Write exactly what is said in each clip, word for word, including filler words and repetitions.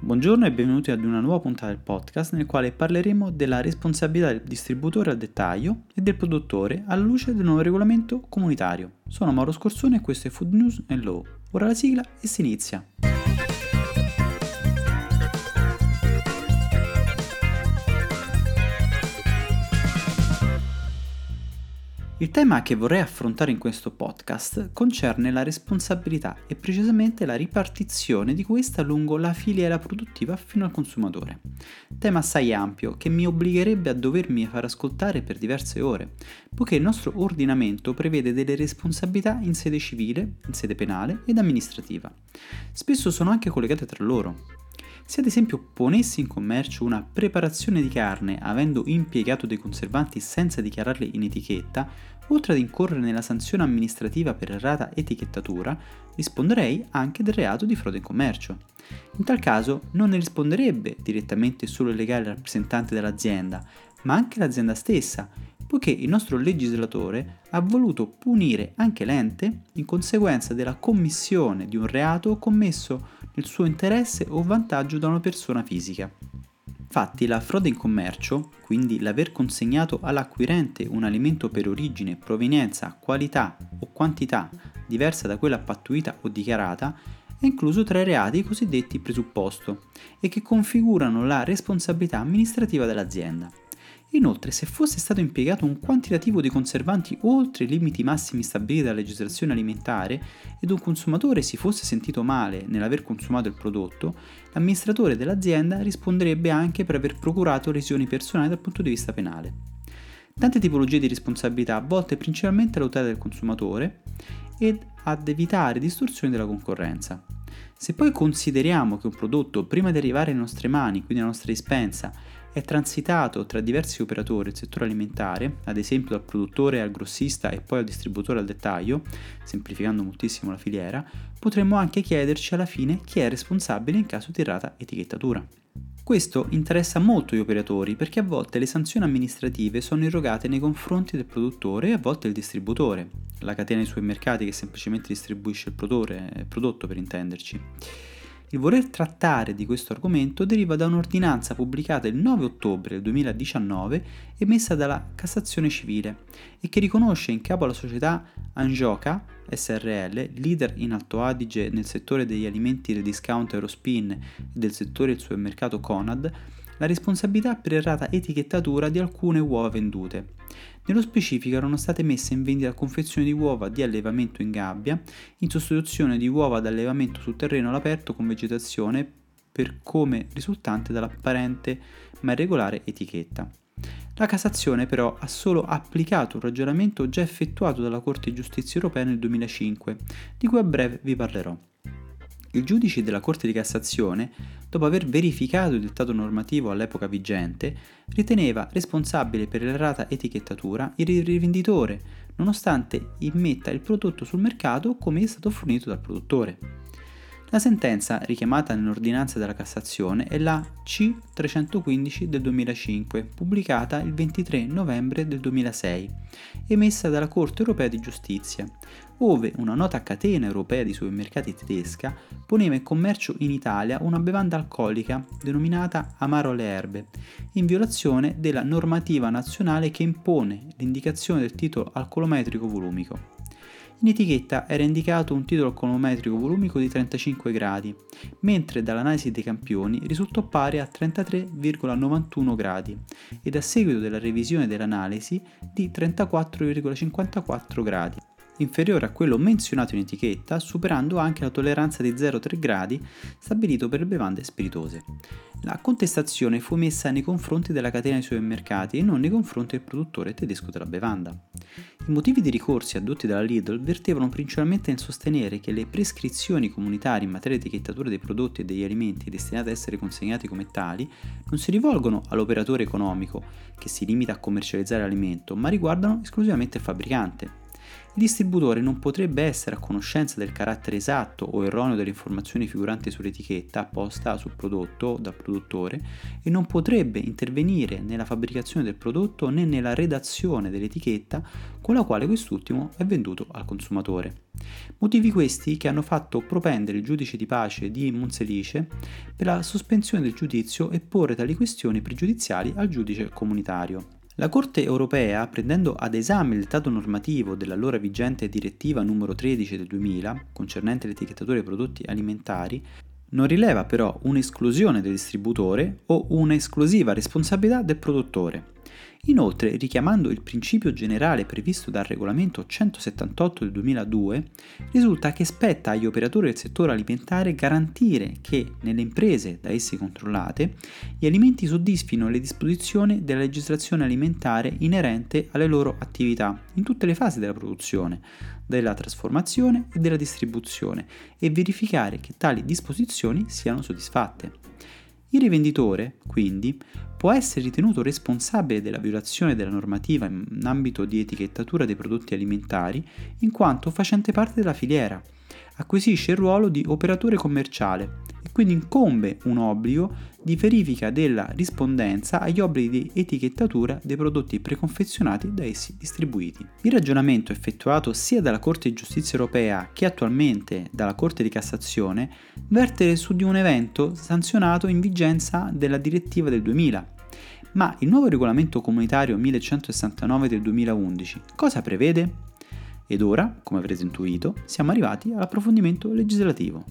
Buongiorno e benvenuti ad una nuova puntata del podcast nel quale parleremo della responsabilità del distributore al dettaglio e del produttore alla luce del nuovo regolamento comunitario. Sono Mauro Scorsone e questo è Food News and Law. Ora la sigla e si inizia. Il tema che vorrei affrontare in questo podcast concerne la responsabilità e precisamente la ripartizione di questa lungo la filiera produttiva fino al consumatore. Tema assai ampio che mi obbligherebbe a dovermi far ascoltare per diverse ore, poiché il nostro ordinamento prevede delle responsabilità in sede civile, in sede penale ed amministrativa. Spesso sono anche collegate tra loro. Se ad esempio ponessi in commercio una preparazione di carne avendo impiegato dei conservanti senza dichiararli in etichetta, oltre ad incorrere nella sanzione amministrativa per errata etichettatura, risponderei anche del reato di frode in commercio. In tal caso non ne risponderebbe direttamente solo il legale rappresentante dell'azienda, ma anche l'azienda stessa, poiché il nostro legislatore ha voluto punire anche l'ente in conseguenza della commissione di un reato commesso nel suo interesse o vantaggio da una persona fisica. Infatti la frode in commercio, quindi l'aver consegnato all'acquirente un alimento per origine, provenienza, qualità o quantità diversa da quella pattuita o dichiarata, è incluso tra i reati cosiddetti presupposto e che configurano la responsabilità amministrativa dell'azienda. Inoltre, se fosse stato impiegato un quantitativo di conservanti oltre i limiti massimi stabiliti dalla legislazione alimentare ed un consumatore si fosse sentito male nell'aver consumato il prodotto, l'amministratore dell'azienda risponderebbe anche per aver procurato lesioni personali dal punto di vista penale. Tante tipologie di responsabilità volte principalmente alla tutela del consumatore ed ad evitare distorsioni della concorrenza. Se poi consideriamo che un prodotto, prima di arrivare alle nostre mani, quindi alla nostra dispensa, è transitato tra diversi operatori del settore alimentare, ad esempio dal produttore al grossista e poi al distributore al dettaglio, semplificando moltissimo la filiera, potremmo anche chiederci alla fine chi è responsabile in caso di errata etichettatura. Questo interessa molto gli operatori perché a volte le sanzioni amministrative sono irrogate nei confronti del produttore e a volte del distributore, la catena dei supermercati che semplicemente distribuisce il prodotto per intenderci. Il voler trattare di questo argomento deriva da un'ordinanza pubblicata il nove ottobre del duemiladiciannove emessa dalla Cassazione Civile e che riconosce in capo alla società Angioca S R L, leader in Alto Adige nel settore degli alimenti del discount Eurospin e del settore del supermercato Conad, la responsabilità per errata etichettatura di alcune uova vendute. Nello specifico erano state messe in vendita confezioni di uova di allevamento in gabbia in sostituzione di uova da allevamento su terreno all'aperto con vegetazione per come risultante dall'apparente ma irregolare etichetta. La Cassazione però ha solo applicato un ragionamento già effettuato dalla Corte di Giustizia Europea nel duemilacinque, di cui a breve vi parlerò. Il giudice della Corte di Cassazione, dopo aver verificato il dettato normativo all'epoca vigente, riteneva responsabile per l'errata etichettatura il rivenditore, nonostante immetta il prodotto sul mercato come è stato fornito dal produttore. La sentenza, richiamata nell'ordinanza della Cassazione, è la C trecentoquindici del duemilacinque, pubblicata il ventitré novembre del duemilasei, emessa dalla Corte Europea di Giustizia, ove una nota catena europea di supermercati tedesca poneva in commercio in Italia una bevanda alcolica denominata Amaro alle erbe, in violazione della normativa nazionale che impone l'indicazione del titolo alcolometrico volumico. In etichetta era indicato un titolo alcolometrico volumico di trentacinque gradi, mentre dall'analisi dei campioni risultò pari a trentatré virgola novantuno gradi ed a seguito della revisione dell'analisi di trentaquattro virgola cinquantaquattro gradi, inferiore a quello menzionato in etichetta, superando anche la tolleranza di zero virgola tre gradi stabilito per le bevande spiritose. La contestazione fu messa nei confronti della catena dei supermercati e non nei confronti del produttore tedesco della bevanda. I motivi di ricorsi addotti dalla Lidl vertevano principalmente nel sostenere che le prescrizioni comunitarie in materia di etichettatura dei prodotti e degli alimenti destinati a essere consegnati come tali non si rivolgono all'operatore economico che si limita a commercializzare l'alimento, ma riguardano esclusivamente il fabbricante. Il distributore non potrebbe essere a conoscenza del carattere esatto o erroneo delle informazioni figuranti sull'etichetta apposta sul prodotto dal produttore e non potrebbe intervenire nella fabbricazione del prodotto né nella redazione dell'etichetta con la quale quest'ultimo è venduto al consumatore. Motivi questi che hanno fatto propendere il giudice di pace di Monselice per la sospensione del giudizio e porre tali questioni pregiudiziali al giudice comunitario. La Corte europea, prendendo ad esame il dettato normativo dell'allora vigente direttiva numero tredici del duemila, concernente l'etichettatura dei prodotti alimentari, non rileva però un'esclusione del distributore o un'esclusiva responsabilità del produttore. Inoltre, richiamando il principio generale previsto dal regolamento centosettantotto del duemiladue, risulta che spetta agli operatori del settore alimentare garantire che, nelle imprese da essi controllate, gli alimenti soddisfino le disposizioni della legislazione alimentare inerente alle loro attività, in tutte le fasi della produzione, della trasformazione e della distribuzione, e verificare che tali disposizioni siano soddisfatte. Il rivenditore, quindi, può essere ritenuto responsabile della violazione della normativa in ambito di etichettatura dei prodotti alimentari in quanto facente parte della filiera. Acquisisce il ruolo di operatore commerciale e quindi incombe un obbligo di verifica della rispondenza agli obblighi di etichettatura dei prodotti preconfezionati da essi distribuiti. Il ragionamento effettuato sia dalla Corte di Giustizia europea che attualmente dalla Corte di Cassazione verte su di un evento sanzionato in vigenza della direttiva del duemila. Ma il nuovo regolamento comunitario millecentosessantanove del duemilaundici cosa prevede? Ed ora, come avrete intuito, siamo arrivati all'approfondimento legislativo.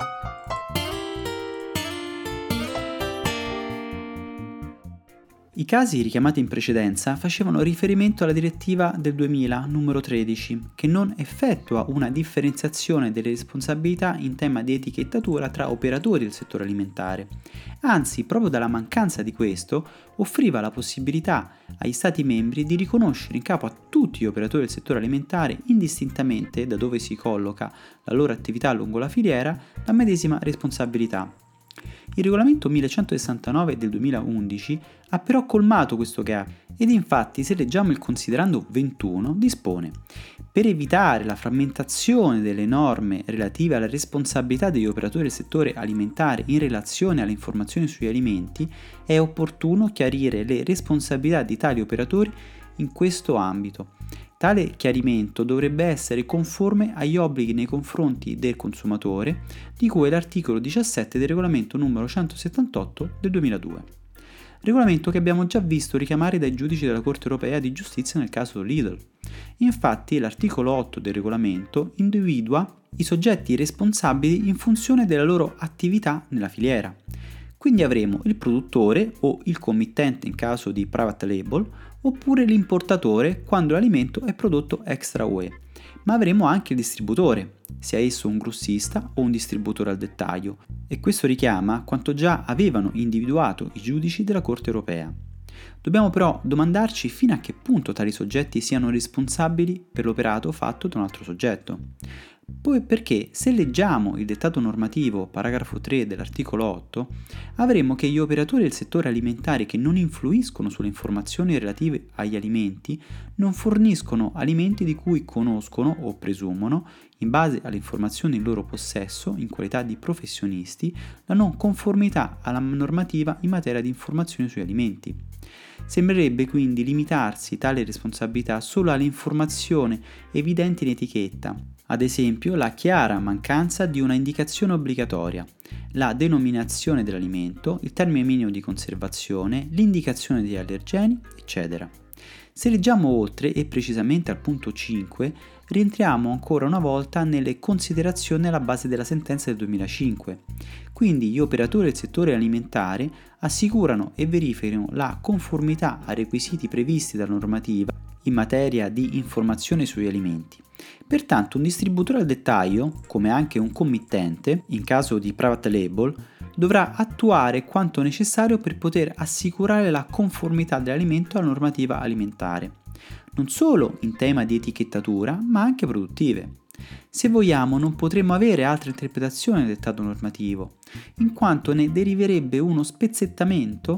I casi richiamati in precedenza facevano riferimento alla direttiva del duemila numero tredici, che non effettua una differenziazione delle responsabilità in tema di etichettatura tra operatori del settore alimentare. Anzi, proprio dalla mancanza di questo, offriva la possibilità agli Stati membri di riconoscere in capo a tutti gli operatori del settore alimentare, indistintamente da dove si colloca la loro attività lungo la filiera, la medesima responsabilità. Il regolamento millecentosessantanove del duemilaundici ha però colmato questo gap ed infatti, se leggiamo il considerando ventuno, dispone: per evitare la frammentazione delle norme relative alla responsabilità degli operatori del settore alimentare in relazione alle informazioni sugli alimenti, è opportuno chiarire le responsabilità di tali operatori in questo ambito. Tale chiarimento dovrebbe essere conforme agli obblighi nei confronti del consumatore, di cui è l'articolo diciassette del regolamento numero centosettantotto del duemiladue. Regolamento che abbiamo già visto richiamare dai giudici della Corte europea di giustizia nel caso Lidl. Infatti, l'articolo otto del regolamento individua i soggetti responsabili in funzione della loro attività nella filiera. Quindi avremo il produttore o il committente in caso di private label, oppure l'importatore quando l'alimento è prodotto extra U E, ma avremo anche il distributore, sia esso un grossista o un distributore al dettaglio, e questo richiama quanto già avevano individuato i giudici della Corte europea. Dobbiamo però domandarci fino a che punto tali soggetti siano responsabili per l'operato fatto da un altro soggetto. Poi perché se leggiamo il dettato normativo, paragrafo tre dell'articolo otto, avremo che gli operatori del settore alimentare che non influiscono sulle informazioni relative agli alimenti non forniscono alimenti di cui conoscono o presumono, in base alle informazioni in loro possesso, in qualità di professionisti, la non conformità alla normativa in materia di informazioni sugli alimenti. Sembrerebbe quindi limitarsi tale responsabilità solo alle informazioni evidenti in etichetta, ad esempio la chiara mancanza di una indicazione obbligatoria, la denominazione dell'alimento, il termine minimo di conservazione, l'indicazione degli allergeni, eccetera. Se leggiamo oltre e precisamente al punto cinque, rientriamo ancora una volta nelle considerazioni alla base della sentenza del duemilacinque. Quindi gli operatori del settore alimentare assicurano e verificano la conformità ai requisiti previsti dalla normativa in materia di informazione sugli alimenti. Pertanto un distributore al dettaglio, come anche un committente, in caso di private label, dovrà attuare quanto necessario per poter assicurare la conformità dell'alimento alla normativa alimentare, non solo in tema di etichettatura, ma anche produttive. Se vogliamo, non potremmo avere altra interpretazione del dettato normativo, in quanto ne deriverebbe uno spezzettamento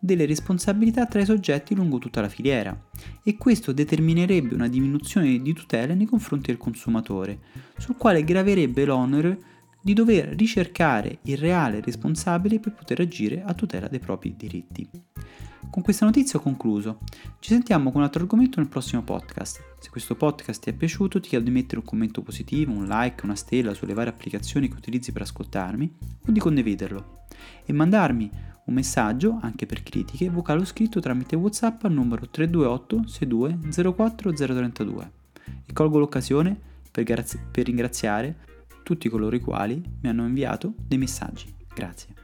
delle responsabilità tra i soggetti lungo tutta la filiera e questo determinerebbe una diminuzione di tutele nei confronti del consumatore, sul quale graverebbe l'onere di dover ricercare il reale responsabile per poter agire a tutela dei propri diritti. Con questa notizia ho concluso. Ci sentiamo con un altro argomento nel prossimo podcast. Se questo podcast ti è piaciuto ti chiedo di mettere un commento positivo, un like, una stella sulle varie applicazioni che utilizzi per ascoltarmi o di condividerlo e mandarmi un messaggio, anche per critiche, vocale o scritto tramite WhatsApp al numero tre due otto sei due zero quattro zero tre due. E colgo l'occasione per, grazi- per ringraziare tutti coloro i quali mi hanno inviato dei messaggi. Grazie.